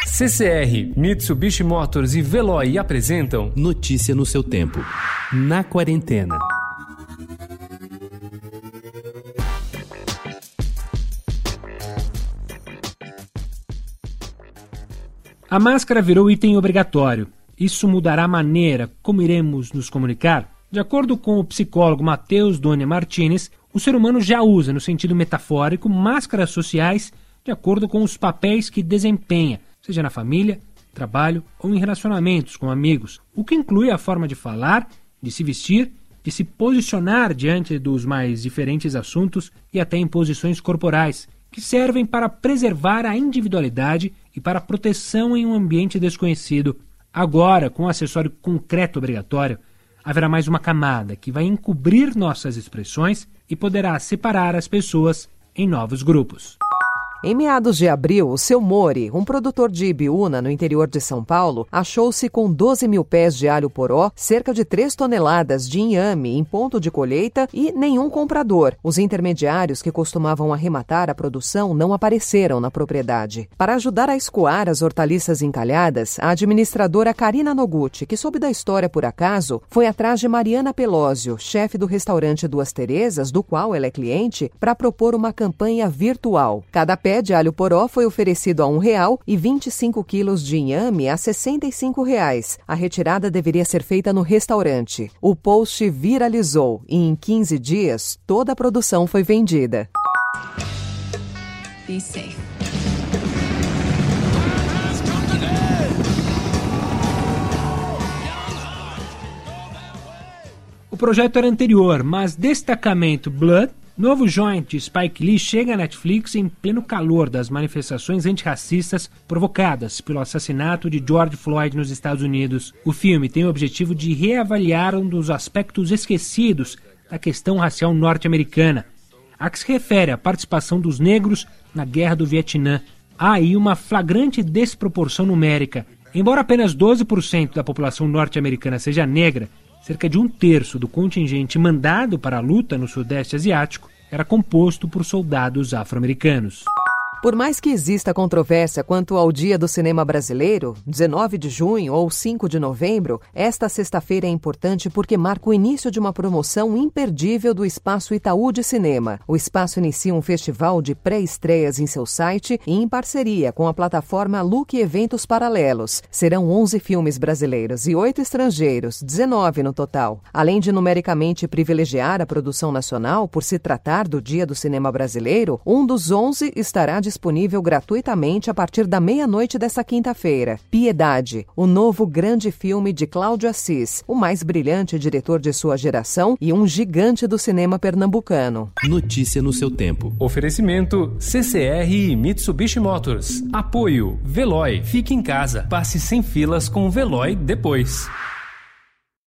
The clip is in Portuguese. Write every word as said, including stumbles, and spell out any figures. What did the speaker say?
C C R, Mitsubishi Motors e Veloy apresentam Notícia no seu tempo. Na quarentena. A máscara virou item obrigatório. Isso mudará a maneira como iremos nos comunicar? De acordo com o psicólogo Matheus Donia Martinez, o ser humano já usa, no sentido metafórico, máscaras sociais de acordo com os papéis que desempenha, seja na família, trabalho ou em relacionamentos com amigos, o que inclui a forma de falar, de se vestir, de se posicionar diante dos mais diferentes assuntos e até em posições corporais, que servem para preservar a individualidade e para a proteção em um ambiente desconhecido. Agora, com o acessório concreto obrigatório, haverá mais uma camada que vai encobrir nossas expressões e poderá separar as pessoas em novos grupos. Em meados de abril, o seu Mori, um produtor de Ibiúna, no interior de São Paulo, achou-se com doze mil pés de alho poró, cerca de três toneladas de inhame em ponto de colheita e nenhum comprador. Os intermediários que costumavam arrematar a produção não apareceram na propriedade. Para ajudar a escoar as hortaliças encalhadas, a administradora Karina Noguchi, que soube da história por acaso, foi atrás de Mariana Pelósio, chefe do restaurante Duas Terezas, do qual ela é cliente, para propor uma campanha virtual. Cada pé de alho poró foi oferecido a um real e vinte e cinco quilos de inhame a sessenta e cinco reais. A retirada deveria ser feita no restaurante. O post viralizou e em quinze dias toda a produção foi vendida. Be safe. O projeto era anterior, mas Destacamento Blood, novo joint de Spike Lee, chega à Netflix em pleno calor das manifestações antirracistas provocadas pelo assassinato de George Floyd nos Estados Unidos. O filme tem o objetivo de reavaliar um dos aspectos esquecidos da questão racial norte-americana, a que se refere à participação dos negros na Guerra do Vietnã. Há aí uma flagrante desproporção numérica. Embora apenas doze por cento da população norte-americana seja negra, cerca de um terço do contingente mandado para a luta no Sudeste Asiático era composto por soldados afro-americanos. Por mais que exista controvérsia quanto ao Dia do Cinema Brasileiro, dezenove de junho ou cinco de novembro, esta sexta-feira é importante porque marca o início de uma promoção imperdível do Espaço Itaú de Cinema. O espaço inicia um festival de pré-estreias em seu site e em parceria com a plataforma Look Eventos Paralelos. Serão onze filmes brasileiros e oito estrangeiros, dezenove no total. Além de numericamente privilegiar a produção nacional por se tratar do Dia do Cinema Brasileiro, um dos onze estará disponível disponível gratuitamente a partir da meia-noite desta quinta-feira. Piedade, o novo grande filme de Cláudio Assis, o mais brilhante diretor de sua geração e um gigante do cinema pernambucano. Notícia no seu tempo. Oferecimento C C R e Mitsubishi Motors. Apoio Veloy. Fique em casa. Passe sem filas com o Veloy depois.